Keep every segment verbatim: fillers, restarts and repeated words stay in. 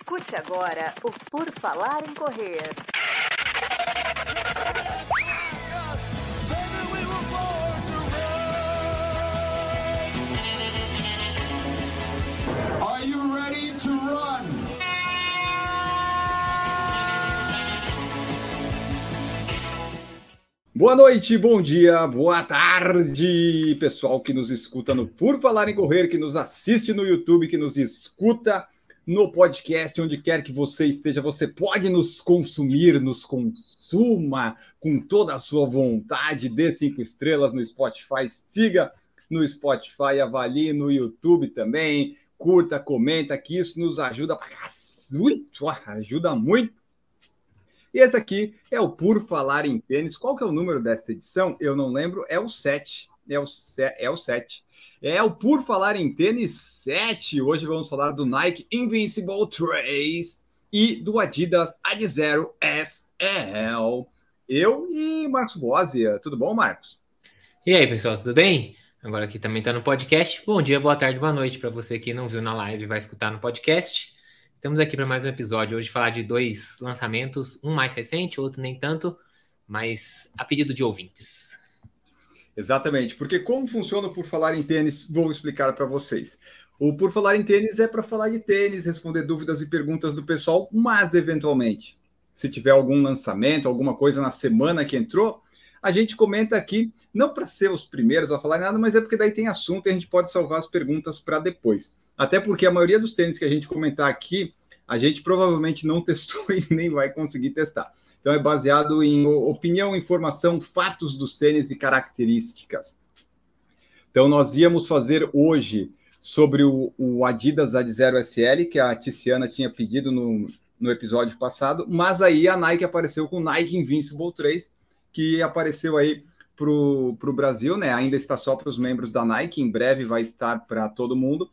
Escute agora o Por Falar em Correr. Are you ready to run? Boa noite, bom dia, boa tarde, pessoal que nos escuta no Por Falar em Correr, que nos assiste no YouTube, que nos escuta no podcast, onde quer que você esteja, você pode nos consumir, nos consuma com toda a sua vontade, dê cinco estrelas no Spotify, siga no Spotify, avalie no YouTube também, curta, comenta, que isso nos ajuda pra muito, ajuda muito. E esse aqui é o Por Falar em Tênis. Qual que é o número dessa edição? Eu não lembro, é o sete. É o, é o sete. É o Por Falar em Tênis sete. Hoje vamos falar do Nike Invincible três e do Adidas Adizero S L. Eu e Marcos Boazzi. Tudo bom, Marcos? E aí, pessoal, tudo bem? Agora aqui também está no podcast. Bom dia, boa tarde, boa noite para você que não viu na live e vai escutar no podcast. Estamos aqui para mais um episódio. Hoje falar de dois lançamentos, um mais recente, outro nem tanto, mas a pedido de ouvintes. Exatamente, porque como funciona o Por Falar em Tênis, vou explicar para vocês. O Por Falar em Tênis é para falar de tênis, responder dúvidas e perguntas do pessoal, mas eventualmente, se tiver algum lançamento, alguma coisa na semana que entrou, a gente comenta aqui, não para ser os primeiros a falar nada, mas é porque daí tem assunto e a gente pode salvar as perguntas para depois. Até porque a maioria dos tênis que a gente comentar aqui, a gente provavelmente não testou e nem vai conseguir testar. Então é baseado em opinião, informação, fatos dos tênis e características. Então nós íamos fazer hoje sobre o, o Adidas Adizero S L, que a Tiziana tinha pedido no, no episódio passado, mas aí a Nike apareceu com o Nike Invincible três, que apareceu aí para o Brasil, né? Ainda está só para os membros da Nike, em breve vai estar para todo mundo.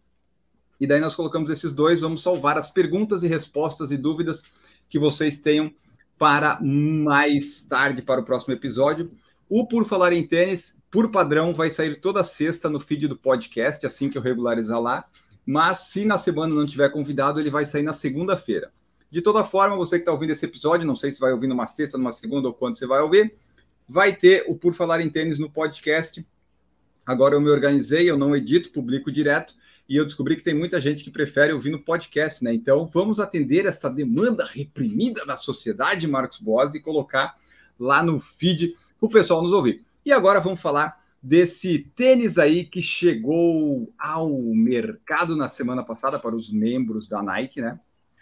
E daí nós colocamos esses dois, vamos salvar as perguntas e respostas e dúvidas que vocês tenham para mais tarde, para o próximo episódio. O Por Falar em Tênis, por padrão, vai sair toda sexta no feed do podcast, assim que eu regularizar lá. Mas se na semana não tiver convidado, ele vai sair na segunda-feira. De toda forma, você que está ouvindo esse episódio, não sei se vai ouvir numa sexta, numa segunda ou quando você vai ouvir, vai ter o Por Falar em Tênis no podcast. Agora eu me organizei, eu não edito, publico direto. E eu descobri que tem muita gente que prefere ouvir no podcast, né? Então, vamos atender essa demanda reprimida da sociedade, Marcos Boazzi, e colocar lá no feed para o pessoal nos ouvir. E agora vamos falar desse tênis aí que chegou ao mercado na semana passada para os membros da Nike, né?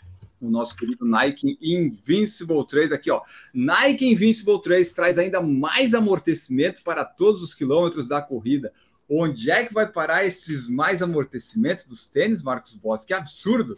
O nosso querido Nike Invincible três aqui, ó. Nike Invincible três traz ainda mais amortecimento para todos os quilômetros da corrida. Onde é que vai parar esses mais amortecimentos dos tênis, Marcos Boss? Que absurdo!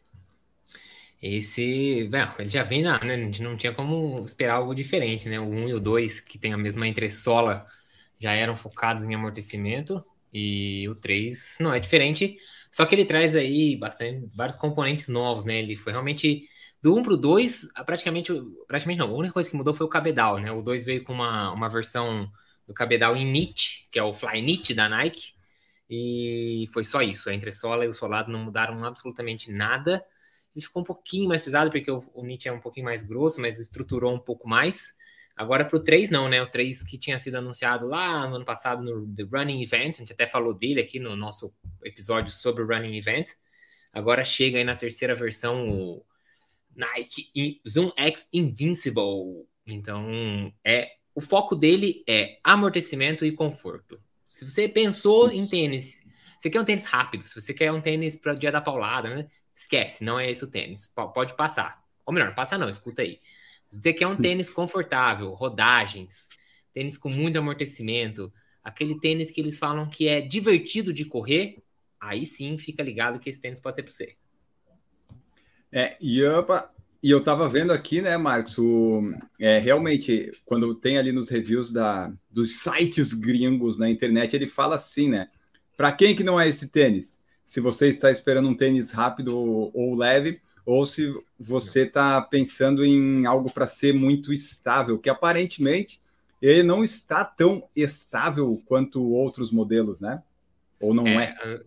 Esse, bem, ele já vem na, né? A gente não tinha como esperar algo diferente, né? O um e o dois, que tem a mesma entressola, já eram focados em amortecimento, e o três não é diferente, só que ele traz aí bastante, vários componentes novos, né? Ele foi realmente do um para o dois, praticamente, praticamente não, a única coisa que mudou foi o cabedal, né? O dois veio com uma, uma versão do cabedal em knit, que é o Flyknit da Nike, e foi só isso. A entressola e o solado não mudaram absolutamente nada. Ele ficou um pouquinho mais pesado, porque o, o knit é um pouquinho mais grosso, mas estruturou um pouco mais. Agora pro três não, né? O três que tinha sido anunciado lá no ano passado no The Running Event, a gente até falou dele aqui no nosso episódio sobre o Running Event. Agora chega aí na terceira versão o Nike Zoom X Invincible. Então, é o foco dele é amortecimento e conforto. Se você pensou Isso. em tênis, você quer um tênis rápido, se você quer um tênis para o dia da paulada, né? Esquece, não é esse o tênis. Pode passar. Ou melhor, passa não, escuta aí. Se você quer um tênis confortável, rodagens, tênis com muito amortecimento, aquele tênis que eles falam que é divertido de correr, aí sim fica ligado que esse tênis pode ser para você. É, e opa... E eu estava vendo aqui, né, Marcos, o, é, realmente, quando tem ali nos reviews da, dos sites gringos na internet, ele fala assim, né? Para quem que não é esse tênis? Se você está esperando um tênis rápido ou, ou leve, ou se você está pensando em algo para ser muito estável, que aparentemente ele não está tão estável quanto outros modelos, né? Ou não é? é?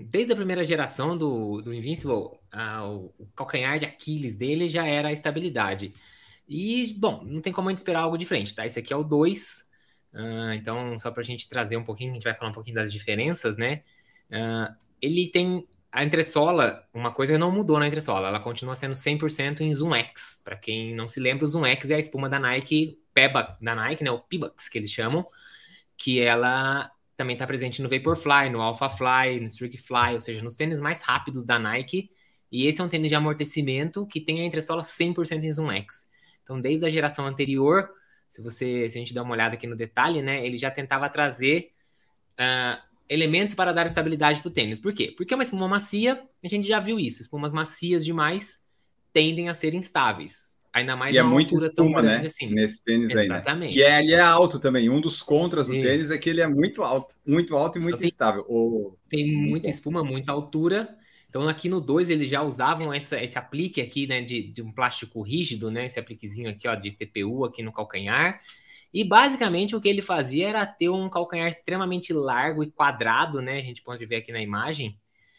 desde a primeira geração do, do Invincible, ah, o, o calcanhar de Aquiles dele já era a estabilidade. E, bom, não tem como a gente esperar algo diferente, tá? Esse aqui é o dois, uh, então só pra gente trazer um pouquinho, a gente vai falar um pouquinho das diferenças, né? Uh, ele tem a entressola, uma coisa não mudou na entressola, ela continua sendo cem por cento em Zoom X. Para quem não se lembra, o Zoom X é a espuma da Nike, Peba da Nike, né? O Pebax que eles chamam, que ela também está presente no Vaporfly, no Alphafly, no Streakfly, ou seja, nos tênis mais rápidos da Nike. E esse é um tênis de amortecimento que tem a entressola cem por cento em Zoom X. Então, desde a geração anterior, se você, se a gente dá uma olhada aqui no detalhe, né, ele já tentava trazer uh, elementos para dar estabilidade para o tênis. Por quê? Porque uma espuma macia, a gente já viu isso, espumas macias demais tendem a ser instáveis. Ainda mais e é muita espuma, né, assim. Nesse tênis. Exatamente. Aí, né? E é, ele é alto também. Um dos contras do isso. Tênis é que ele é muito alto, muito alto e muito então, instável. Tem, oh, tem muita bom. espuma, muita altura. Então, aqui no dois, eles já usavam essa, esse aplique aqui, né, de, de um plástico rígido, né, esse apliquezinho aqui, ó, de T P U aqui no calcanhar. E, basicamente, o que ele fazia era ter um calcanhar extremamente largo e quadrado, né, a gente pode ver aqui na imagem,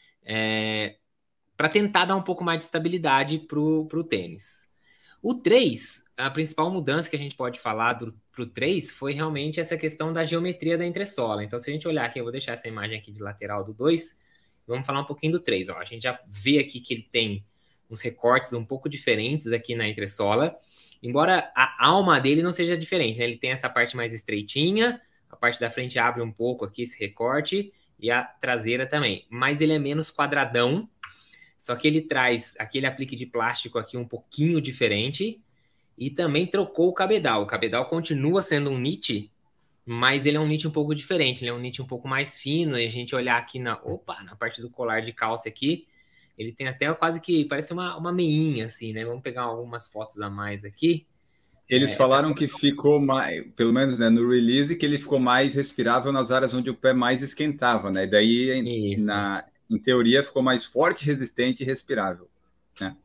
é, para tentar dar um pouco mais de estabilidade para o tênis. O três, a principal mudança que a gente pode falar para o três foi realmente essa questão da geometria da entressola. Então, se a gente olhar aqui, eu vou deixar essa imagem aqui de lateral do dois, vamos falar um pouquinho do três. Ó. A gente já vê aqui que ele tem uns recortes um pouco diferentes aqui na entressola, embora a alma dele não seja diferente, né? Ele tem essa parte mais estreitinha, a parte da frente abre um pouco aqui esse recorte, e a traseira também. Mas ele é menos quadradão, só que ele traz aquele aplique de plástico aqui um pouquinho diferente, e também trocou o cabedal. O cabedal continua sendo um knit, mas ele é um knit um pouco diferente, ele é um knit um pouco mais fino, e a gente olhar aqui na, opa, na parte do colar de calça aqui, ele tem até quase que, parece uma, uma meinha, assim, né? Vamos pegar algumas fotos a mais aqui. Eles é, falaram essa... que ficou mais, pelo menos, né, no release, que ele ficou mais respirável nas áreas onde o pé mais esquentava, né? E daí, na, em teoria, ficou mais forte, resistente e respirável, né?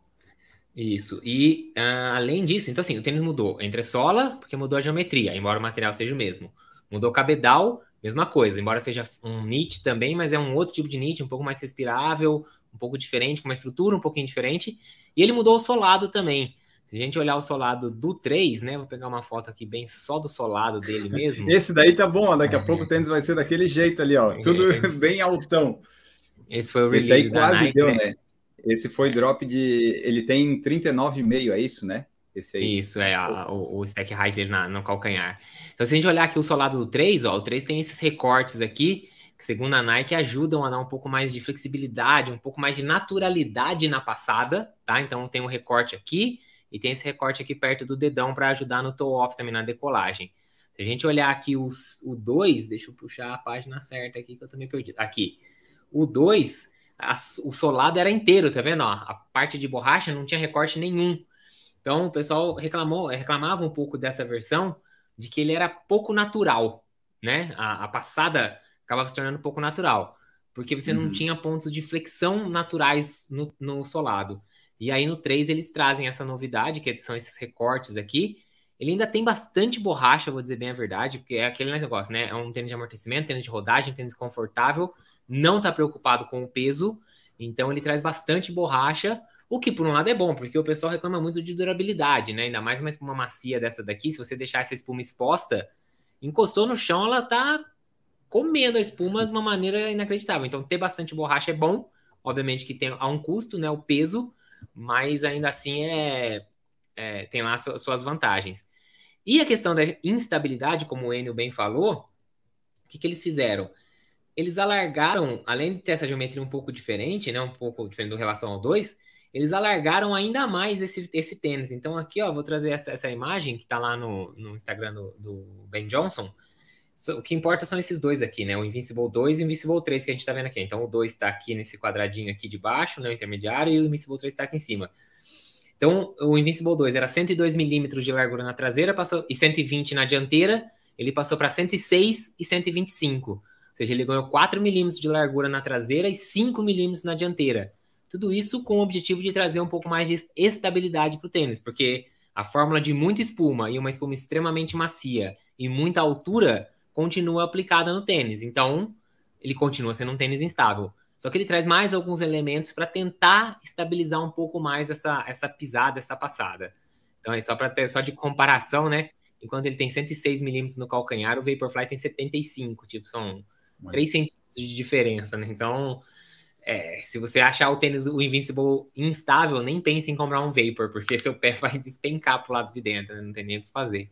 Isso, e uh, além disso, então assim, o tênis mudou a entressola, porque mudou a geometria, embora o material seja o mesmo. Mudou o cabedal, mesma coisa, embora seja um knit também, mas é um outro tipo de knit, um pouco mais respirável, um pouco diferente, com uma estrutura um pouquinho diferente. E ele mudou o solado também. Se a gente olhar o solado do três, né, vou pegar uma foto aqui bem só do solado dele mesmo. Esse daí tá bom, daqui a pouco o tênis vai ser daquele jeito ali, ó, tudo esse, bem altão. Esse foi o release esse aí da quase Nike, deu, né? né? Esse foi drop de... Ele tem trinta e nove vírgula cinco, é isso, né? Esse aí. Isso, é a, o, o stack height dele na, no calcanhar. Então, se a gente olhar aqui o solado do três, ó, o três tem esses recortes aqui, que segundo a Nike ajudam a dar um pouco mais de flexibilidade, um pouco mais de naturalidade na passada, tá? Então, tem um recorte aqui e tem esse recorte aqui perto do dedão para ajudar no toe-off também, na decolagem. Se a gente olhar aqui os, o dois, deixa eu puxar a página certa aqui que eu tô meio perdido. Aqui. O dois... A, o solado era inteiro, tá vendo? Ó, a parte de borracha não tinha recorte nenhum. Então o pessoal reclamou, reclamava um pouco dessa versão de que ele era pouco natural, né? A, a passada acabava se tornando pouco natural, porque você uhum. não tinha pontos de flexão naturais no, no solado. E aí no três eles trazem essa novidade, que são esses recortes aqui. Ele ainda tem bastante borracha, vou dizer bem a verdade, porque é aquele negócio, né? É um tênis de amortecimento, tênis de rodagem, tênis confortável, não está preocupado com o peso, então ele traz bastante borracha, o que por um lado é bom, porque o pessoal reclama muito de durabilidade, né? Ainda mais uma espuma macia dessa daqui, se você deixar essa espuma exposta, encostou no chão, ela tá comendo a espuma de uma maneira inacreditável. Então ter bastante borracha é bom, obviamente que tem a um custo, né? O peso, mas ainda assim é, é tem lá su, suas vantagens. E a questão da instabilidade, como o Enio bem falou, o que, que eles fizeram? Eles alargaram, além de ter essa geometria um pouco diferente, né, um pouco diferente do relação ao dois, eles alargaram ainda mais esse, esse tênis. Então aqui, ó, vou trazer essa, essa imagem que está lá no, no Instagram do, do Ben Johnson. O que importa são esses dois aqui, né, o Invincible dois e o Invincible três que a gente está vendo aqui. Então o dois está aqui nesse quadradinho aqui de baixo, né, o intermediário, e o Invincible três está aqui em cima. Então o Invincible dois era cento e dois milímetros de largura na traseira passou, e cento e vinte na dianteira, ele passou para cento e seis e cento e vinte e cinco. Ou seja, ele ganhou quatro milímetros de largura na traseira e cinco milímetros na dianteira. Tudo isso com o objetivo de trazer um pouco mais de estabilidade para o tênis, porque a fórmula de muita espuma e uma espuma extremamente macia e muita altura continua aplicada no tênis. Então, ele continua sendo um tênis instável. Só que ele traz mais alguns elementos para tentar estabilizar um pouco mais essa, essa pisada, essa passada. Então, é só para ter só de comparação, né? Enquanto ele tem cento e seis milímetros no calcanhar, o Vaporfly tem setenta e cinco, tipo, são três centímetros de diferença, né? Então, é, se você achar o tênis, o Invincible, instável, nem pense em comprar um Vapor, porque seu pé vai despencar pro lado de dentro, né? Não tem nem o que fazer.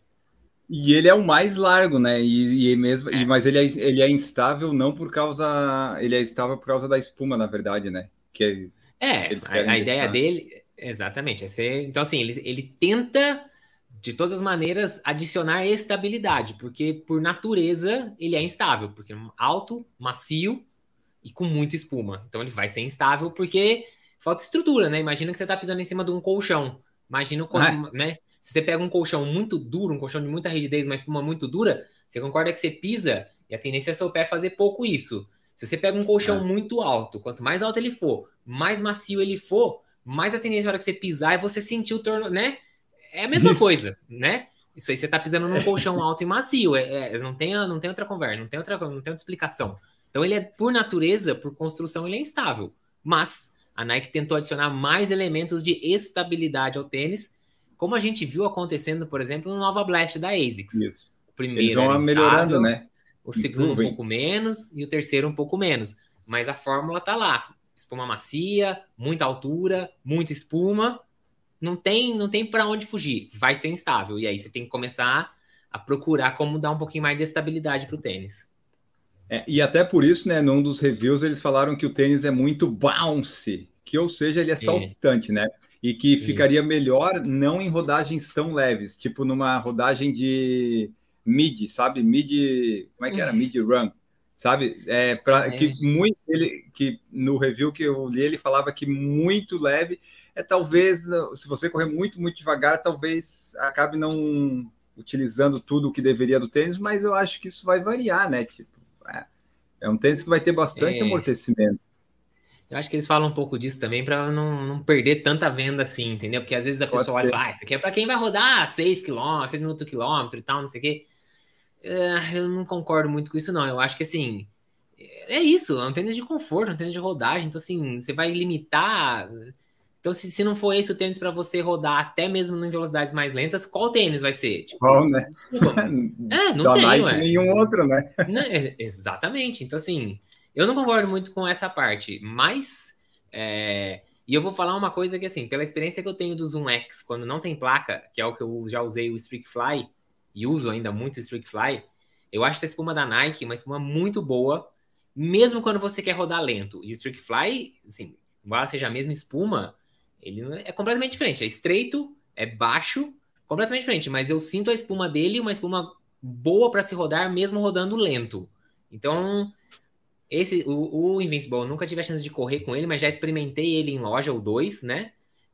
E ele é o mais largo, né? E, e mesmo, É. e, mas ele é, ele é instável não por causa. Ele é estável por causa da espuma, na verdade, né? Que É, eles a, querem a ideia deixar- dele, exatamente, é ser. Então, assim, ele, ele tenta, de todas as maneiras, adicionar estabilidade, porque por natureza ele é instável, porque é alto, macio e com muita espuma. Então ele vai ser instável porque falta estrutura, né? Imagina que você tá pisando em cima de um colchão. Imagina o quanto, Ah, né? Se você pega um colchão muito duro, um colchão de muita rigidez, uma espuma muito dura, você concorda que você pisa e a tendência é seu pé fazer pouco isso. Se você pega um colchão É. muito alto, quanto mais alto ele for, mais macio ele for, mais a tendência na hora que você pisar é você sentir o torno, né? É a mesma Isso. coisa, né? Isso aí você tá pisando num colchão alto e macio, é, é, não, tem, não tem outra conversa, não tem outra, não tem outra explicação. Então ele é, por natureza, por construção, ele é instável. Mas a Nike tentou adicionar mais elementos de estabilidade ao tênis, como a gente viu acontecendo, por exemplo, no Nova Blast da ASICS. Isso. O primeiro Eles vão era melhorando, instável, né? o segundo Improving. um pouco menos e o terceiro um pouco menos. Mas a fórmula tá lá. Espuma macia, muita altura, muita espuma. Não tem, não tem para onde fugir. Vai ser instável. E aí você tem que começar a procurar como dar um pouquinho mais de estabilidade pro tênis. É, e até por isso, né, num dos reviews, eles falaram que o tênis é muito bouncy, que ou seja, ele é saltitante, né? E que Isso. ficaria melhor não em rodagens tão leves, tipo numa rodagem de mid, sabe? Mid, como é que era? Mid run, sabe? É, pra, Ah, é. que muito ele, que no review que eu li, ele falava que muito leve é talvez, se você correr muito, muito devagar, talvez acabe não utilizando tudo o que deveria do tênis, mas eu acho que isso vai variar, né? Tipo, é um tênis que vai ter bastante É. amortecimento. Eu acho que eles falam um pouco disso também para não, não perder tanta venda assim, entendeu? Porque às vezes a Pode pessoa olha e ser. fala, ah, isso aqui é para quem vai rodar seis quilômetros, seis minutos por quilômetro e tal, não sei o quê. É, eu não concordo muito com isso, não. Eu acho que assim, é isso, é um tênis de conforto, é um tênis de rodagem. Então, assim, você vai limitar. Então, se, se não for esse o tênis para você rodar até mesmo em velocidades mais lentas, qual tênis vai ser? Tipo, Bom, né? desculpa, mano. É, não Da tem, Nike, ué. nenhum outro, né? Não, é- exatamente. Então, assim, eu não concordo muito com essa parte, mas. é, E eu vou falar uma coisa que, assim, pela experiência que eu tenho do Zoom X, quando não tem placa, que é o que eu já usei o Streak Fly, e uso ainda muito o Streak Fly, eu acho essa espuma da Nike uma espuma muito boa, mesmo quando você quer rodar lento. E o Streak Fly, assim, embora seja a mesma espuma, ele não é, é completamente diferente. É estreito, é baixo, completamente diferente. Mas eu sinto a espuma dele, uma espuma boa para se rodar, mesmo rodando lento. Então, esse, o, o Invincible, eu nunca tive a chance de correr com ele, mas já experimentei ele em loja, o dois, né?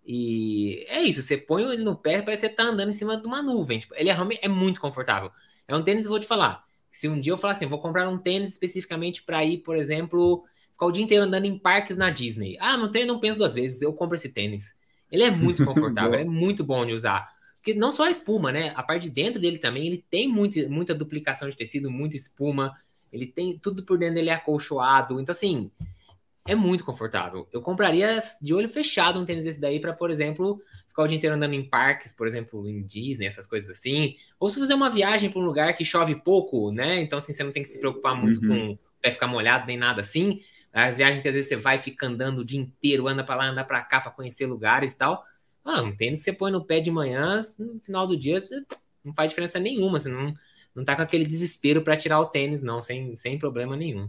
E é isso, você põe ele no pé, parece que você tá andando em cima de uma nuvem. Tipo, ele é, realmente- é muito confortável. É um tênis, eu vou te falar. Se um dia eu falar assim, vou comprar um tênis especificamente para ir, por exemplo, ficar o dia inteiro andando em parques na Disney. Ah, não tenho, não penso duas vezes, eu compro esse tênis. Ele é muito confortável, ele é muito bom de usar. Porque não só a espuma, né? A parte de dentro dele também, ele tem muito, muita duplicação de tecido, muita espuma. Ele tem tudo por dentro dele é acolchoado. Então, assim, é muito confortável. Eu compraria de olho fechado um tênis desse daí para, por exemplo, ficar o dia inteiro andando em parques, por exemplo, em Disney, essas coisas assim. Ou se fizer uma viagem para um lugar que chove pouco, né? Então, assim, você não tem que se preocupar muito Uhum. com o pé ficar molhado nem nada assim. As viagens que às vezes você vai fica andando o dia inteiro, anda para lá, anda para cá para conhecer lugares e tal. Ah, um tênis que você põe no pé de manhã, no final do dia, você não faz diferença nenhuma. Você não, não tá com aquele desespero para tirar o tênis, não, sem, sem problema nenhum.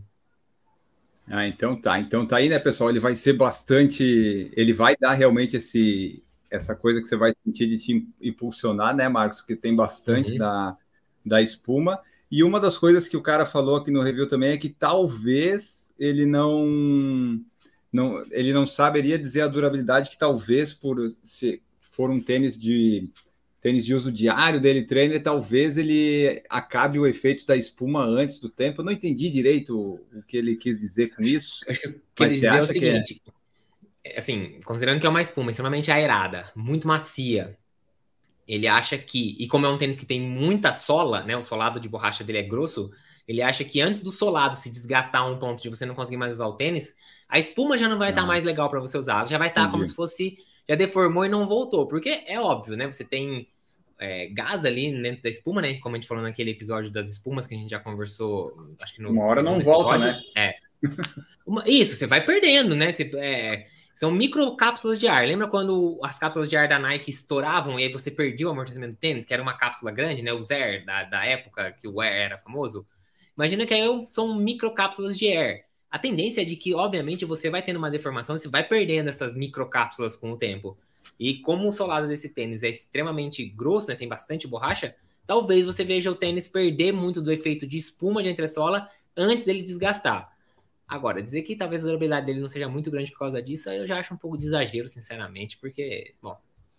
Ah, então tá. Então tá aí, né, pessoal? Ele vai ser bastante. Ele vai dar realmente esse, essa coisa que você vai sentir de te impulsionar, né, Marcos? Porque tem bastante Uhum. da, da espuma. E uma das coisas que o cara falou aqui no review também é que talvez ele não. não ele não saberia dizer a durabilidade que talvez, por se for um tênis de. tênis de uso diário dele, trainer, talvez ele acabe o efeito da espuma antes do tempo. Eu não entendi direito o que ele quis dizer com isso. Acho que o que ele Mas você dizer é o acha que é? seguinte, é, assim, considerando que é uma espuma extremamente aerada, muito macia, ele acha que, e como é um tênis que tem muita sola, né, o solado de borracha dele é grosso, Ele acha que antes do solado se desgastar a um ponto de você não conseguir mais usar o tênis, a espuma já não vai estar tá mais legal para você usar. Ela já vai estar tá como se fosse... Já deformou e não voltou. Porque é óbvio, né? Você tem é, gás ali dentro da espuma, né? Como a gente falou naquele episódio das espumas que a gente já conversou. Acho que no Uma hora não episódio. volta, né? É. Uma, isso, você vai perdendo, né? Você, é, são microcápsulas de ar. Lembra quando as cápsulas de ar da Nike estouravam e aí você perdia o amortecimento do tênis, que era uma cápsula grande, né? Os Air, da, da época que o Air era famoso. Imagina que aí são microcápsulas de ar. A tendência é de que, obviamente, você vai tendo uma deformação, você vai perdendo essas microcápsulas com o tempo. E como o solado desse tênis é extremamente grosso, né, tem bastante borracha, talvez você veja o tênis perder muito do efeito de espuma de entressola antes dele desgastar. Agora, dizer que talvez a durabilidade dele não seja muito grande por causa disso, eu já acho um pouco de exagero, sinceramente, porque, bom...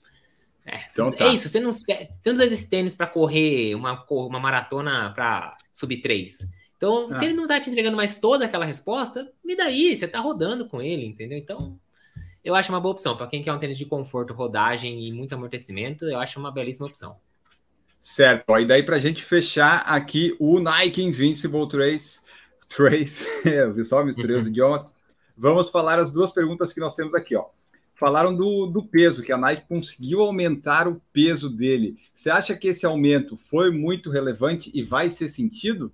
É, então, tá. é isso, você não, você não precisa desse tênis para correr uma, uma maratona para sub três. Então, ah. se ele não tá te entregando mais toda aquela resposta, me dá aí, você tá rodando com ele, entendeu? Então, eu acho uma boa opção. Para quem quer um tênis de conforto, rodagem e muito amortecimento, eu acho uma belíssima opção. Certo. E daí, para a gente fechar aqui o Nike Invincible Trace, Trace, eu vi só, misturei os idiomas. Vamos falar as duas perguntas que nós temos aqui, ó. Falaram do, do peso, que a Nike conseguiu aumentar o peso dele. Você acha que esse aumento foi muito relevante e vai ser sentido?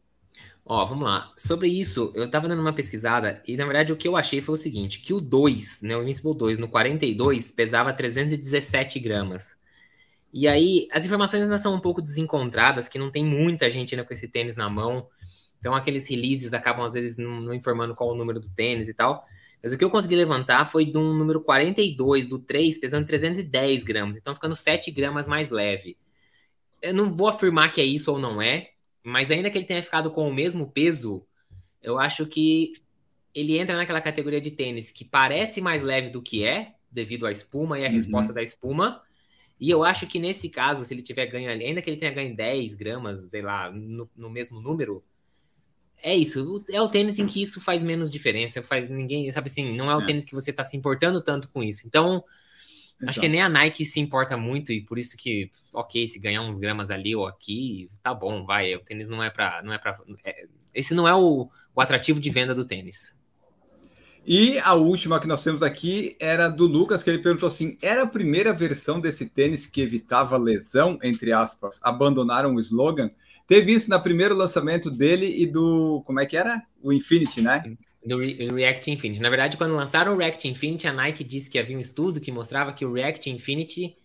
Ó, vamos lá. Sobre isso, eu tava dando uma pesquisada e, na verdade, o que eu achei foi o seguinte, que o dois, né, o Invincible dois, no quarenta e dois, pesava trezentos e dezessete gramas. E aí, as informações ainda são um pouco desencontradas, que não tem muita gente ainda com esse tênis na mão. Então, aqueles releases acabam, às vezes, não, não informando qual o número do tênis e tal. Mas o que eu consegui levantar foi de um número quarenta e dois, do três, pesando trezentos e dez gramas. Então, ficando sete gramas mais leve. Eu não vou afirmar que é isso ou não é, mas ainda que ele tenha ficado com o mesmo peso, eu acho que ele entra naquela categoria de tênis que parece mais leve do que é, devido à espuma e à uhum. resposta da espuma. E eu acho que nesse caso, se ele tiver ganho ali, ainda que ele tenha ganho dez gramas, sei lá, no, no mesmo número, é isso. É o tênis em que isso faz menos diferença. Faz ninguém, sabe assim, não é o é. tênis que você tá se importando tanto com isso. Então, exato. Acho que nem a Nike se importa muito e por isso que, ok, se ganhar uns gramas ali ou aqui, tá bom, vai. O tênis não é pra... Não é pra é, esse não é o, o atrativo de venda do tênis. E a última que nós temos aqui era do Lucas, que ele perguntou assim, era a primeira versão desse tênis que evitava lesão, entre aspas, abandonaram o slogan? Teve isso no primeiro lançamento dele e do... Como é que era? O Infinity, né? Do Re- React Infinity. Na verdade, quando lançaram o React Infinity, a Nike disse que havia um estudo que mostrava que o React Infinity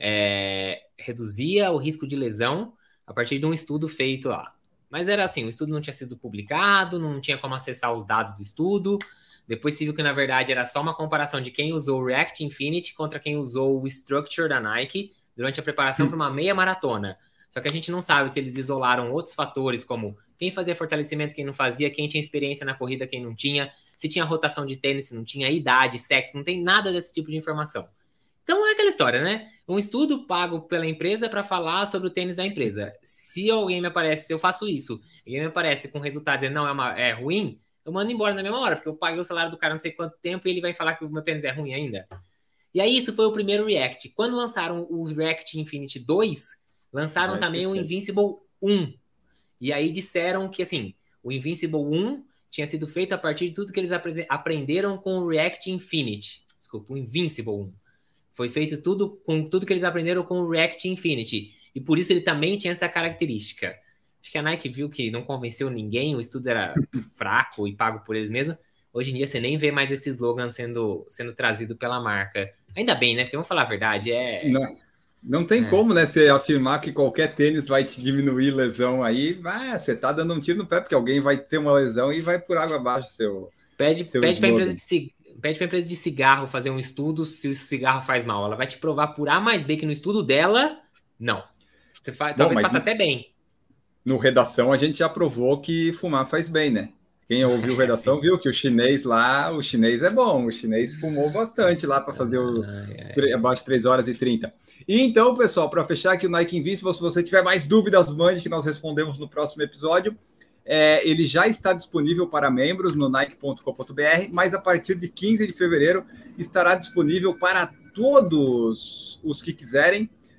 é, reduzia o risco de lesão a partir de um estudo feito lá. Mas era assim, o estudo não tinha sido publicado, não tinha como acessar os dados do estudo. Depois se viu que, na verdade, era só uma comparação de quem usou o React Infinity contra quem usou o Structure da Nike durante a preparação hum. para uma meia maratona. Só que a gente não sabe se eles isolaram outros fatores, como quem fazia fortalecimento, quem não fazia, quem tinha experiência na corrida, quem não tinha, se tinha rotação de tênis, se não tinha, idade, sexo, não tem nada desse tipo de informação. Então é aquela história, né? Um estudo pago pela empresa para falar sobre o tênis da empresa. Se alguém me aparece, se eu faço isso, e alguém me aparece com resultado dizendo não, é, uma, é ruim, eu mando embora na mesma hora, porque eu paguei o salário do cara não sei quanto tempo e ele vai falar que o meu tênis é ruim ainda. E aí isso foi o primeiro React. Quando lançaram o React Infinity dois, lançaram é, também o Invincible um. E aí disseram que, assim, o Invincible um tinha sido feito a partir de tudo que eles apre- aprenderam com o React Infinity. Desculpa, o Invincible um. Foi feito tudo com tudo que eles aprenderam com o React Infinity. E por isso ele também tinha essa característica. Acho que a Nike viu que não convenceu ninguém, o estudo era fraco e pago por eles mesmos. Hoje em dia você nem vê mais esse slogan sendo, sendo trazido pela marca. Ainda bem, né? Porque vamos falar a verdade, é... Não, não tem é. como, né? Você afirmar que qualquer tênis vai te diminuir lesão aí. Ah, você tá dando um tiro no pé, porque alguém vai ter uma lesão e vai por água abaixo seu... Pede, seu pede para a empresa de cigarro. Pede para a empresa de cigarro fazer um estudo se o cigarro faz mal. Ela vai te provar por A mais B que no estudo dela, não. Você faz, Bom, talvez faça até bem. No Redação a gente já provou que fumar faz bem, né? Quem ouviu o Redação viu que o chinês lá, o chinês é bom. O chinês fumou bastante lá para fazer o ai, ai. abaixo de três horas e trinta. E então, pessoal, para fechar aqui o Nike Invincible, se você tiver mais dúvidas, mande que nós respondemos no próximo episódio. É, ele já está disponível para membros no nike ponto com ponto b r, mas a partir de quinze de fevereiro estará disponível para todos os que quiserem,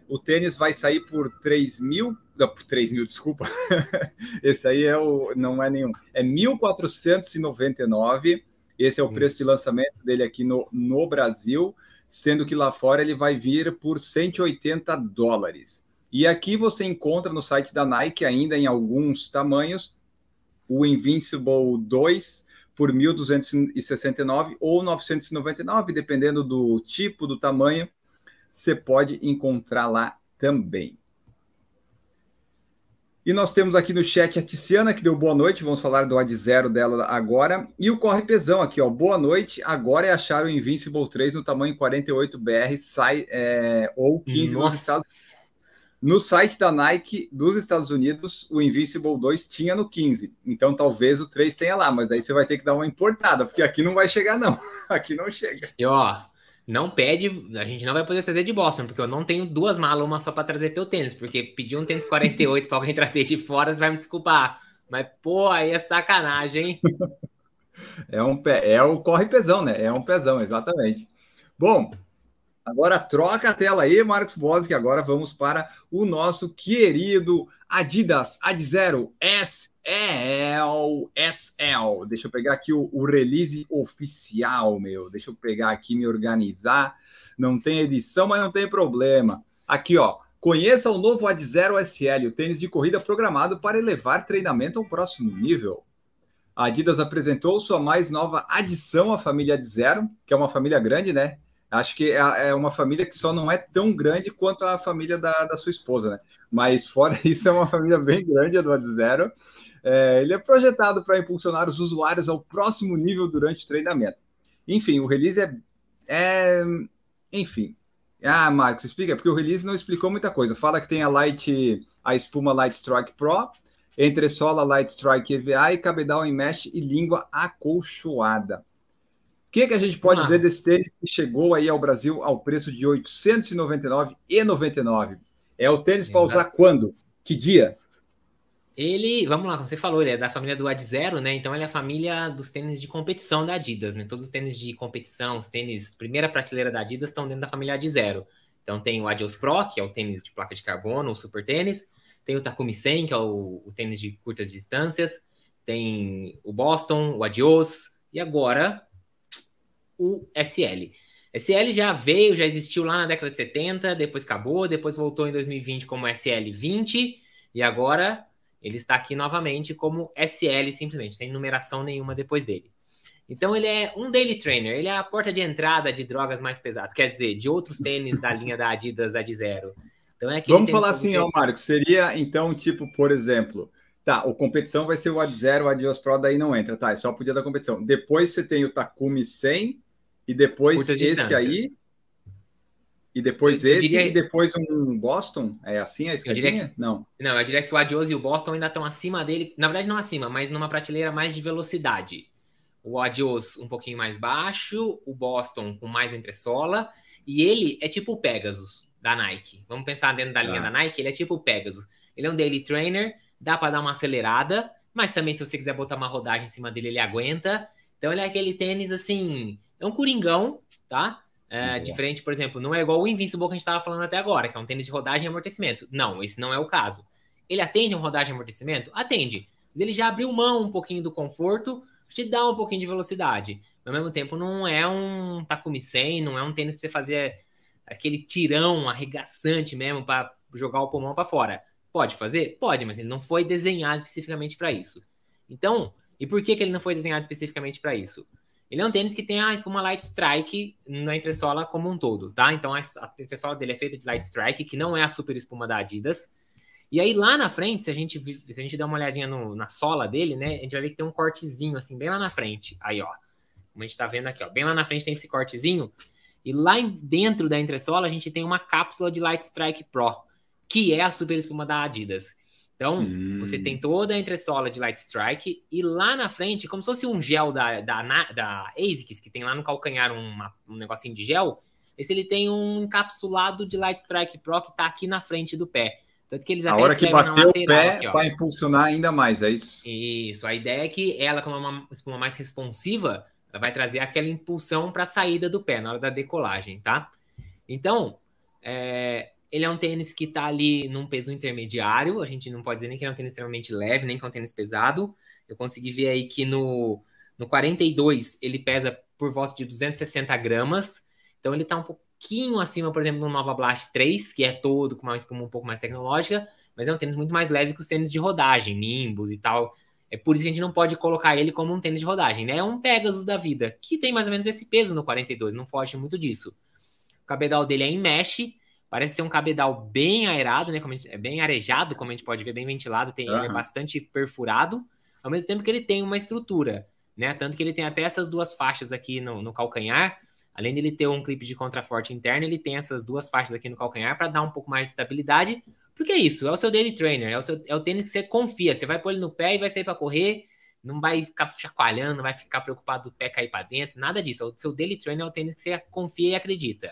o tênis vai sair por três mil, não, por três mil, desculpa, esse aí é o, não é nenhum, é mil quatrocentos e noventa e nove, esse é o preço Isso. de lançamento dele aqui no, no Brasil, sendo que lá fora ele vai vir por cento e oitenta dólares. E aqui você encontra no site da Nike, ainda em alguns tamanhos, o Invincible dois por mil duzentos e sessenta e nove ou novecentos e noventa e nove, dependendo do tipo, do tamanho, você pode encontrar lá também. E nós temos aqui no chat a Tiziana, que deu boa noite, vamos falar do Ad Zero dela agora. E o Corre Pesão aqui, ó, boa noite, agora é achar o Invincible três no tamanho quarenta e oito B R, sai, é, ou quinze Nossa. nos Estados Unidos. No site da Nike dos Estados Unidos, o Invincible dois tinha no quinze. Então, talvez o três tenha lá, mas daí você vai ter que dar uma importada, porque aqui não vai chegar, não. Aqui não chega. E, ó, não pede... A gente não vai poder trazer de Boston, porque eu não tenho duas malas, uma só para trazer teu tênis, porque pedir um tênis quarenta e oito para alguém trazer de fora, você vai me desculpar. Mas, pô, aí é sacanagem, hein? É, um pé, é o corre pesão, né? É um pezão, exatamente. Bom... Agora troca a tela aí, Marcos Bosi, que agora vamos para o nosso querido Adidas Ad Zero S L S L. Deixa eu pegar aqui o, o release oficial, meu. Deixa eu pegar aqui, me organizar. Não tem edição, mas não tem problema. Aqui, ó. Conheça o novo Ad Zero S L, o tênis de corrida programado para elevar treinamento ao próximo nível. A Adidas apresentou sua mais nova adição à família Ad Zero, que é uma família grande, né? Acho que é uma família que só não é tão grande quanto a família da, da sua esposa, né? Mas fora isso, é uma família bem grande, a do Ad Zero. É, ele é projetado para impulsionar os usuários ao próximo nível durante o treinamento. Enfim, o release é... é enfim. Ah, Marcos, explica, porque o release não explicou muita coisa. Fala que tem a Light, a espuma Light Strike Pro, entressola Light Strike E V A e cabedal em mesh e língua acolchoada. O que, que a gente pode ah. dizer desse tênis que chegou aí ao Brasil ao preço de oitocentos e noventa e nove reais e noventa e nove centavos? É o tênis para usar quando? Que dia? Ele, vamos lá, como você falou, ele é da família do Ad Zero, né? Então ele é a família dos tênis de competição da Adidas, né? Todos os tênis de competição, os tênis primeira prateleira da Adidas estão dentro da família Ad Zero. Então tem o Adios Pro, que é o tênis de placa de carbono, o super tênis. Tem o Takumi cem, que é o, o tênis de curtas distâncias. Tem o Boston, o Adios. E agora... o S L. S L já veio, já existiu lá na década de setenta, depois acabou, depois voltou em dois mil e vinte como S L vinte, e agora ele está aqui novamente como S L simplesmente, sem numeração nenhuma depois dele. Então ele é um daily trainer, ele é a porta de entrada de drogas mais pesadas, quer dizer, de outros tênis da linha da Adidas Ad Zero. Então é Vamos falar assim, ó, Marcos, seria então tipo, por exemplo... Tá, o competição vai ser o Ad Zero, o Adios Pro, daí não entra, tá, é só pro dia da competição. Depois você tem o Takumi cem, e depois Curtas esse distâncias. Aí, e depois eu, eu esse, diria... e depois um Boston? É assim a escadinha? Que... Não. Não, eu diria que o Adios e o Boston ainda estão acima dele, na verdade não acima, mas numa prateleira mais de velocidade. O Adios um pouquinho mais baixo, o Boston com mais entressola, e ele é tipo o Pegasus da Nike. Vamos pensar dentro da linha ah. da Nike, ele é tipo o Pegasus. Ele é um daily trainer, dá para dar uma acelerada, mas também se você quiser botar uma rodagem em cima dele, ele aguenta. Então ele é aquele tênis assim... É um coringão, tá? É, diferente, por exemplo, não é igual o Invincible que a gente estava falando até agora, que é um tênis de rodagem e amortecimento. Não, esse não é o caso. Ele atende a um rodagem e amortecimento? Atende. Mas ele já abriu mão um pouquinho do conforto, te dá um pouquinho de velocidade. Ao mesmo tempo, não é um Takumi cem, não é um tênis para você fazer aquele tirão arregaçante mesmo para jogar o pulmão para fora. Pode fazer? Pode, mas ele não foi desenhado especificamente para isso. Então, e por que, que ele não foi desenhado especificamente para isso? Ele é um tênis que tem a espuma Light Strike na entressola como um todo, tá? Então a entressola dele é feita de Light Strike, que não é a super espuma da Adidas. E aí lá na frente, se a gente, se a gente der uma olhadinha no, na sola dele, né? A gente vai ver que tem um cortezinho assim, bem lá na frente. Aí, ó. Como a gente tá vendo aqui, ó. Bem lá na frente tem esse cortezinho. E lá dentro da entressola a gente tem uma cápsula de Light Strike Pro, que é a super espuma da Adidas. Então, hum. você tem toda a entressola de Light Strike e lá na frente, como se fosse um gel da, da, da ASICS, que tem lá no calcanhar uma, um negocinho de gel, esse ele tem um encapsulado de Light Strike Pro que tá aqui na frente do pé. Tanto que eles a hora que bateu o pé vai impulsionar ainda mais, é isso? Isso, a ideia é que ela, como é uma espuma mais responsiva, ela vai trazer aquela impulsão para a saída do pé, na hora da decolagem, tá? Então, é... ele é um tênis que tá ali num peso intermediário, a gente não pode dizer nem que ele é um tênis extremamente leve, nem que é um tênis pesado. Eu consegui ver aí que no, no quarenta e dois ele pesa por volta de duzentos e sessenta gramas, então ele tá um pouquinho acima, por exemplo, do Nova Blast três, que é todo com uma espuma um pouco mais tecnológica, mas é um tênis muito mais leve que os tênis de rodagem, Nimbus e tal. É por isso que a gente não pode colocar ele como um tênis de rodagem, né? É um Pegasus da vida, que tem mais ou menos esse peso no quarenta e dois, não foge muito disso. O cabedal dele é em mesh, parece ser um cabedal bem aerado, né? Como gente, é bem arejado, como a gente pode ver, bem ventilado, tem, uhum. Ele é bastante perfurado, ao mesmo tempo que ele tem uma estrutura, né? Tanto que ele tem até essas duas faixas aqui no, no calcanhar. Além dele ter um clipe de contraforte interno, ele tem essas duas faixas aqui no calcanhar para dar um pouco mais de estabilidade. Porque é isso, é o seu daily trainer, é o, seu, é o tênis que você confia. Você vai pôr ele no pé e vai sair para correr, não vai ficar chacoalhando, não vai ficar preocupado do pé cair para dentro, nada disso. O seu daily trainer é o tênis que você confia e acredita.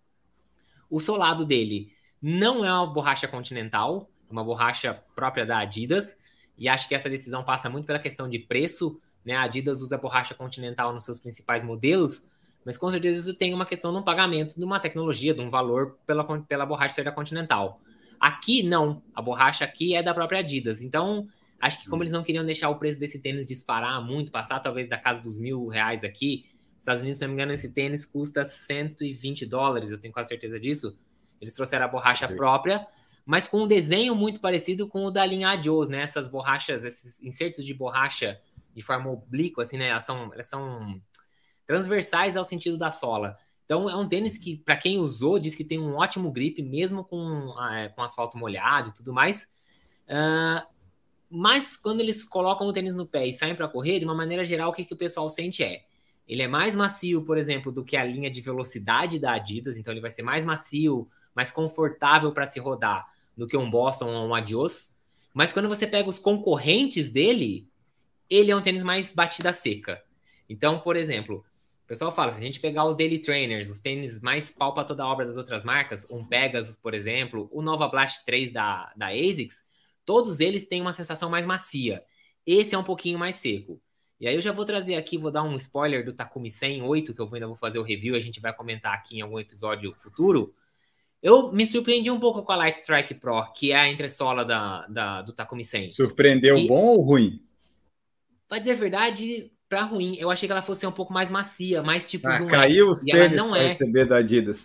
O solado dele não é uma borracha Continental, é uma borracha própria da Adidas, e acho que essa decisão passa muito pela questão de preço, né? A Adidas usa borracha Continental nos seus principais modelos, mas com certeza isso tem uma questão de um pagamento, de uma tecnologia, de um valor pela, pela borracha ser da Continental. Aqui, não. A borracha aqui é da própria Adidas. Então, acho que como eles não queriam deixar o preço desse tênis disparar muito, passar talvez da casa dos mil reais aqui, nos Estados Unidos, se não me engano, esse tênis custa cento e vinte dólares, eu tenho quase certeza disso. Eles trouxeram a borracha Sim. própria, mas com um desenho muito parecido com o da linha Adios, né? Essas borrachas, esses insertos de borracha de forma oblíqua, assim, né? Elas são, elas são transversais ao sentido da sola. Então, é um tênis que, para quem usou, diz que tem um ótimo grip, mesmo com, é, com asfalto molhado e tudo mais. Uh, mas, quando eles colocam o tênis no pé e saem para correr, de uma maneira geral, o que, que o pessoal sente é... Ele é mais macio, por exemplo, do que a linha de velocidade da Adidas. Então, ele vai ser mais macio, mais confortável para se rodar do que um Boston ou um Adios. Mas, quando você pega os concorrentes dele, ele é um tênis mais batida seca. Então, por exemplo... O pessoal fala, se a gente pegar os daily trainers, os tênis mais pau pra toda a obra das outras marcas, um Pegasus, por exemplo, o Nova Blast três da, da ASICS, todos eles têm uma sensação mais macia. Esse é um pouquinho mais seco. E aí eu já vou trazer aqui, vou dar um spoiler do Takumi cem oito, que eu ainda vou fazer o review, a gente vai comentar aqui em algum episódio futuro. Eu me surpreendi um pouco com a Light Strike Pro, que é a entressola da, da, do Takumi cem. Surpreendeu que, bom ou ruim? Pra dizer a verdade... Pra ruim, eu achei que ela fosse um pouco mais macia, mais tipo ah, Zoom caiu X, os tênis não é. Receber da Adidas.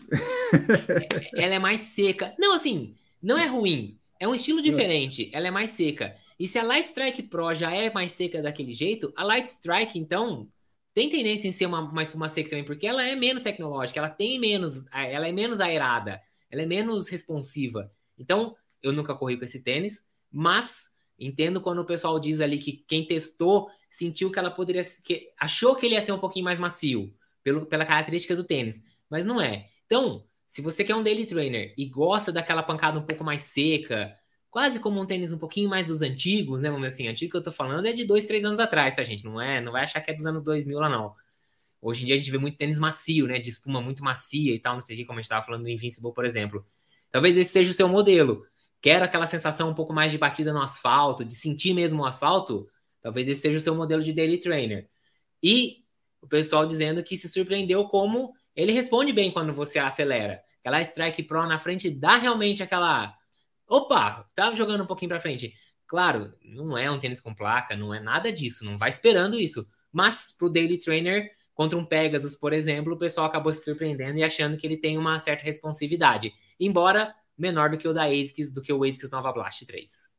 Ela é mais seca. Não, assim, não é ruim. É um estilo diferente. Ela é mais seca. E se a Light Strike Pro já é mais seca daquele jeito, a Light Strike, então, tem tendência em ser uma, mais espuma seca também, porque ela é menos tecnológica, ela tem menos, ela é menos aerada, ela é menos responsiva. Então, eu nunca corri com esse tênis, mas... Entendo quando o pessoal diz ali que quem testou sentiu que ela poderia... Que, achou que ele ia ser um pouquinho mais macio, pelo, pela característica do tênis, mas não é. Então, se você quer um daily trainer e gosta daquela pancada um pouco mais seca, quase como um tênis um pouquinho mais dos antigos, né? Vamos dizer assim, antigo que eu tô falando é de dois, três anos atrás, tá, gente? Não é, não vai achar que é dos anos dois mil lá, não. Hoje em dia a gente vê muito tênis macio, né? De espuma muito macia e tal, não sei o que, como a gente tava falando do Invincible, por exemplo. Talvez esse seja o seu modelo. Quero aquela sensação um pouco mais de batida no asfalto, de sentir mesmo o asfalto, talvez esse seja o seu modelo de daily trainer. E o pessoal dizendo que se surpreendeu como ele responde bem quando você acelera. Aquela Strike Pro na frente dá realmente aquela... Opa, tá jogando um pouquinho para frente. Claro, não é um tênis com placa, não é nada disso, não vai esperando isso. Mas pro daily trainer, contra um Pegasus, por exemplo, o pessoal acabou se surpreendendo e achando que ele tem uma certa responsividade. Embora... menor do que o da ASICS, do que o ASICS Nova Blast três.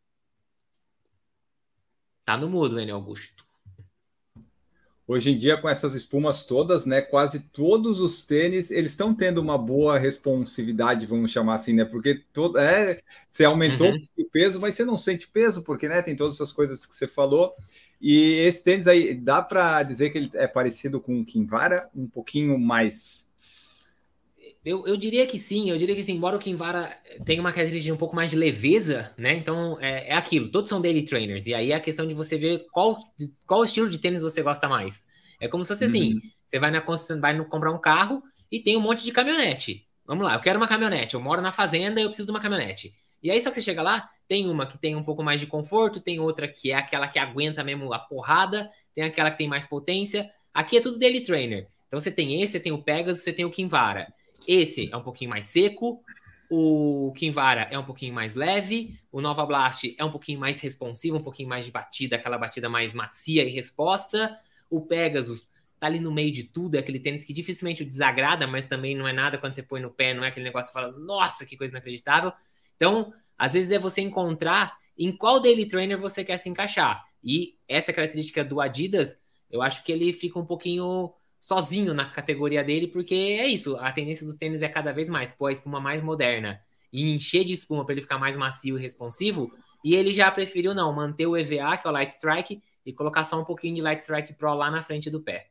Tá no mudo, Enio Augusto. Hoje em dia, com essas espumas todas, né, quase todos os tênis, eles estão tendo uma boa responsividade, vamos chamar assim, né, porque todo, é, você aumentou uhum. o peso, mas você não sente peso, porque, né, tem todas essas coisas que você falou, e esse tênis aí, dá para dizer que ele é parecido com o Kinvara, um pouquinho mais... Eu, eu diria que sim, eu diria que sim, embora o Kinvara tenha uma característica um pouco mais de leveza, né? Então é, é aquilo, todos são daily trainers, e aí é a questão de você ver qual, qual estilo de tênis você gosta mais. É como se fosse uhum. assim: você vai, na, vai no, comprar um carro e tem um monte de caminhonete. Vamos lá, eu quero uma caminhonete, eu moro na fazenda e eu preciso de uma caminhonete. E aí, só que você chega lá, tem uma que tem um pouco mais de conforto, tem outra que é aquela que aguenta mesmo a porrada, tem aquela que tem mais potência. Aqui é tudo daily trainer. Então você tem esse, você tem o Pegasus, você tem o Kinvara. Esse é um pouquinho mais seco, O Kinvara é um pouquinho mais leve, o Nova Blast é um pouquinho mais responsivo, um pouquinho mais de batida, aquela batida mais macia e resposta. O Pegasus tá ali no meio de tudo, é aquele tênis que dificilmente o desagrada, mas também não é nada quando você põe no pé, não é aquele negócio que fala, nossa, que coisa inacreditável. Então, às vezes é você encontrar em qual daily trainer você quer se encaixar. E essa característica do Adidas, eu acho que ele fica um pouquinho sozinho na categoria dele, porque é isso, a tendência dos tênis é cada vez mais pôr a espuma mais moderna e encher de espuma para ele ficar mais macio e responsivo, e ele já preferiu não, manter o E V A, que é o Light Strike, e colocar só um pouquinho de Light Strike Pro lá na frente do pé.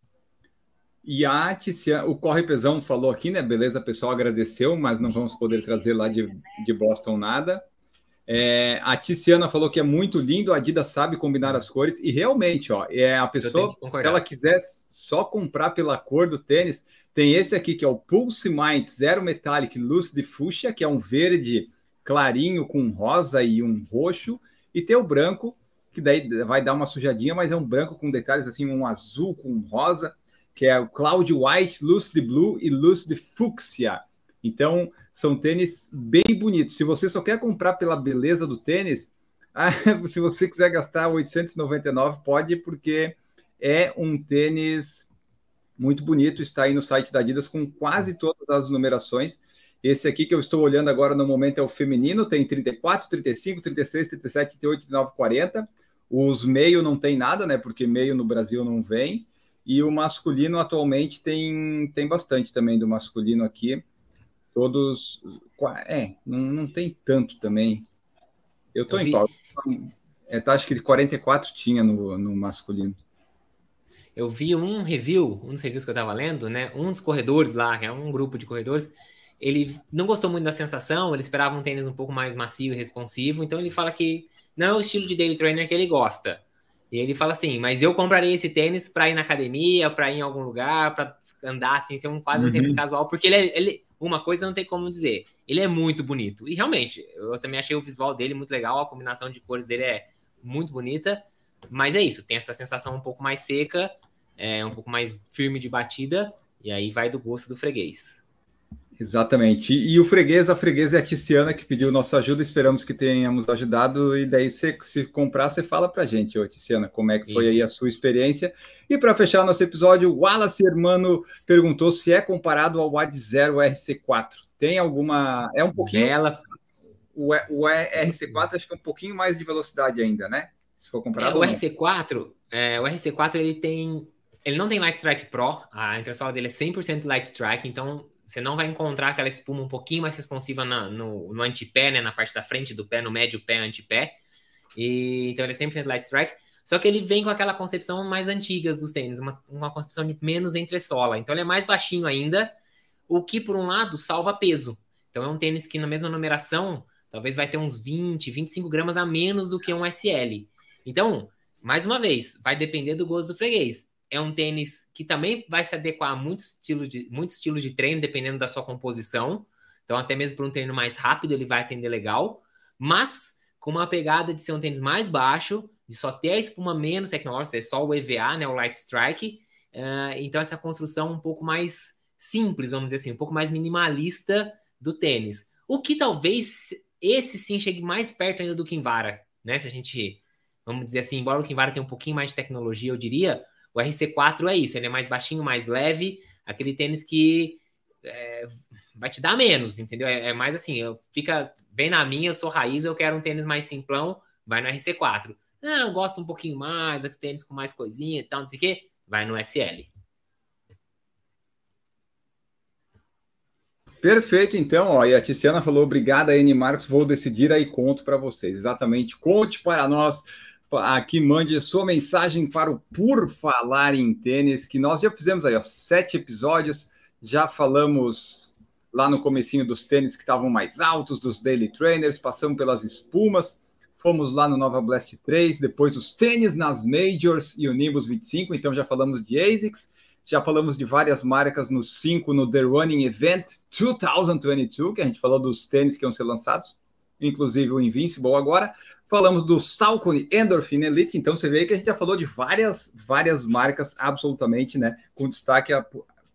E a Tiziana, o Corre Pesão falou aqui, né? Beleza, pessoal, agradeceu, mas não vamos poder trazer lá de, de Boston nada. É, a Tiziana falou que é muito lindo, a Adidas sabe combinar as cores, e realmente, ó, é a pessoa, se ela quiser só comprar pela cor do tênis, tem esse aqui que é o Pulse Mind Zero Metallic Lucid Fuchsia, que é um verde clarinho com um rosa e um roxo, e tem o branco, que daí vai dar uma sujadinha, mas é um branco com detalhes assim, um azul com um rosa, que é o Cloud White, Lucid Blue e Lucid Fuchsia. Então, são tênis bem bonitos. Se você só quer comprar pela beleza do tênis, se você quiser gastar oitocentos e noventa e nove reais, pode, porque é um tênis muito bonito. Está aí no site da Adidas com quase todas as numerações. Esse aqui que eu estou olhando agora no momento é o feminino, tem trinta e quatro, trinta e cinco, trinta e seis, trinta e sete, trinta e oito, trinta e nove, quarenta. Os meio não tem nada, né? Porque meio no Brasil não vem. E o masculino atualmente tem, tem bastante também do masculino aqui. Todos, é, não, não tem tanto também. Eu tô eu em vi... pau. É, tá, acho que quarenta e quatro tinha no, no masculino. Eu vi um review, um dos reviews que eu tava lendo, né? Um dos corredores lá, que é um grupo de corredores, ele não gostou muito da sensação, ele esperava um tênis um pouco mais macio e responsivo, então ele fala que não é o estilo de daily trainer que ele gosta. E ele fala assim, mas eu compraria esse tênis para ir na academia, para ir em algum lugar, para andar assim, ser um, quase um uhum. tênis casual, porque ele, é, ele uma coisa não tem como dizer, ele é muito bonito. E realmente, eu também achei o visual dele muito legal, a combinação de cores dele é muito bonita, mas é isso, tem essa sensação um pouco mais seca, é, um pouco mais firme de batida, e aí vai do gosto do freguês. Exatamente. E, e o freguês, a freguesa é a Tiziana que pediu nossa ajuda, esperamos que tenhamos ajudado, e daí se, se comprar, você fala pra gente, ô Tiziana, como é que foi Isso. aí a sua experiência. E para fechar nosso episódio, o Wallace Hermano perguntou se é comparado ao Ad Zero R C quatro. Tem alguma... É um pouquinho... Bela. O, o R C quatro acho que é um pouquinho mais de velocidade ainda, né? Se for comparado. É, o R C quatro, é, o R C quatro ele tem... Ele não tem Light Strike Pro, a entressola dele é cem por cento Light Strike, então você não vai encontrar aquela espuma um pouquinho mais responsiva na, no, no antepé, né, na parte da frente do pé, no médio pé, antepé. E, então ele é cem por cento Light Strike, só que ele vem com aquela concepção mais antiga dos tênis, uma, uma concepção de menos entressola. Então ele é mais baixinho ainda, o que por um lado salva peso. Então é um tênis que na mesma numeração, talvez vai ter uns vinte, vinte e cinco gramas a menos do que um S L. Então, mais uma vez, vai depender do gosto do freguês. É um tênis que também vai se adequar a muitos estilos de, muitos estilos de treino, dependendo da sua composição. Então, até mesmo para um treino mais rápido, ele vai atender legal. Mas, com uma pegada de ser um tênis mais baixo, de só ter a espuma menos tecnológica, é só o E V A, né, o Light Strike. Uh, então, essa construção um pouco mais simples, vamos dizer assim, um pouco mais minimalista do tênis. O que talvez esse sim chegue mais perto ainda do Kinvara, né? Se a gente, vamos dizer assim, embora o Kinvara tenha um pouquinho mais de tecnologia, eu diria... O R C quatro é isso, ele é mais baixinho, mais leve, aquele tênis que é, vai te dar menos, entendeu? É, é mais assim, eu, fica bem na minha, eu sou raiz, eu quero um tênis mais simplão, vai no R C quatro. Não, eu gosto um pouquinho mais, aquele tênis com mais coisinha e tal, não sei o quê, vai no S L. Perfeito, então, ó, e a Tiziana falou, obrigada, N. Marcos, vou decidir aí, conto para vocês. Exatamente, conte para nós. Aqui, mande sua mensagem para o Por Falar em Tênis, que nós já fizemos aí, ó, sete episódios, já falamos lá no comecinho dos tênis que estavam mais altos, dos Daily Trainers, passamos pelas espumas, fomos lá no Nova Blast três, depois os tênis nas Majors e o Nimbus vinte e cinco, então já falamos de ASICS, já falamos de várias marcas no cinco, no The Running Event dois mil e vinte e dois, que a gente falou dos tênis que iam ser lançados, inclusive o Invincible agora, falamos do Saucony Endorphin Elite, então você vê que a gente já falou de várias, várias marcas absolutamente, né, com destaque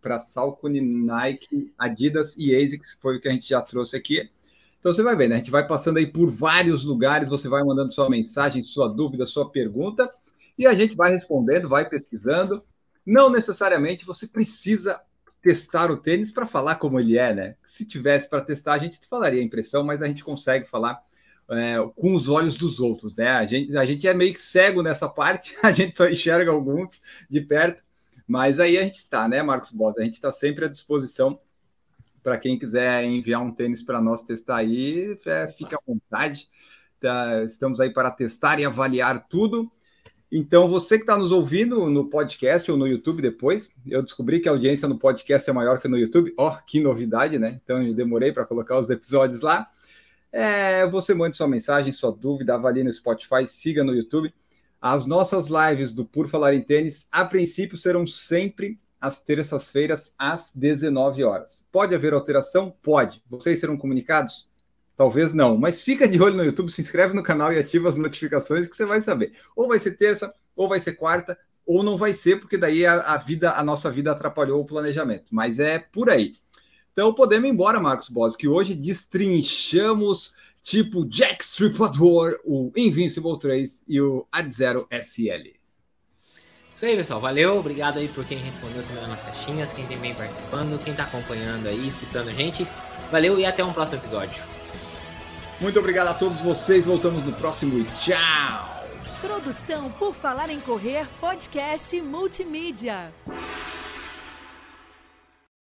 para Saucony, Nike, Adidas e ASICS, que foi o que a gente já trouxe aqui. Então você vai ver, né? A gente vai passando aí por vários lugares, você vai mandando sua mensagem, sua dúvida, sua pergunta, e a gente vai respondendo, vai pesquisando. Não necessariamente você precisa testar o tênis para falar como ele é, né? Se tivesse para testar, a gente falaria a impressão, mas a gente consegue falar é, com os olhos dos outros, né? A gente, a gente é meio que cego nessa parte, a gente só enxerga alguns de perto, mas aí a gente está, né, Marcos Bosa? A gente está sempre à disposição para quem quiser enviar um tênis para nós testar aí, é, fica à vontade. Tá, estamos aí para testar e avaliar tudo. Então, você que está nos ouvindo no podcast ou no YouTube depois, eu descobri que a audiência no podcast é maior que no YouTube. Ó, oh, que novidade, né? Então, eu demorei para colocar os episódios lá. É, você mande sua mensagem, sua dúvida, avalie no Spotify, siga no YouTube. As nossas lives do Por Falar em Tênis, a princípio, serão sempre às terças-feiras, às dezenove horas. Pode haver alteração? Pode. Vocês serão comunicados? Talvez não, mas fica de olho no YouTube, se inscreve no canal e ativa as notificações que você vai saber. Ou vai ser terça, ou vai ser quarta, ou não vai ser, porque daí a, a, vida, a nossa vida atrapalhou o planejamento. Mas é por aí. Então podemos ir embora, Marcos Bosa, que hoje destrinchamos tipo Jack Stripador, o Invincible três e o Adizero S L. Isso aí, pessoal. Valeu. Obrigado aí por quem respondeu também nas caixinhas, quem tem bem participando, quem tá acompanhando aí, escutando a gente. Valeu e até um próximo episódio. Muito obrigado a todos vocês. Voltamos no próximo e tchau! Produção Por Falar em Correr, podcast multimídia.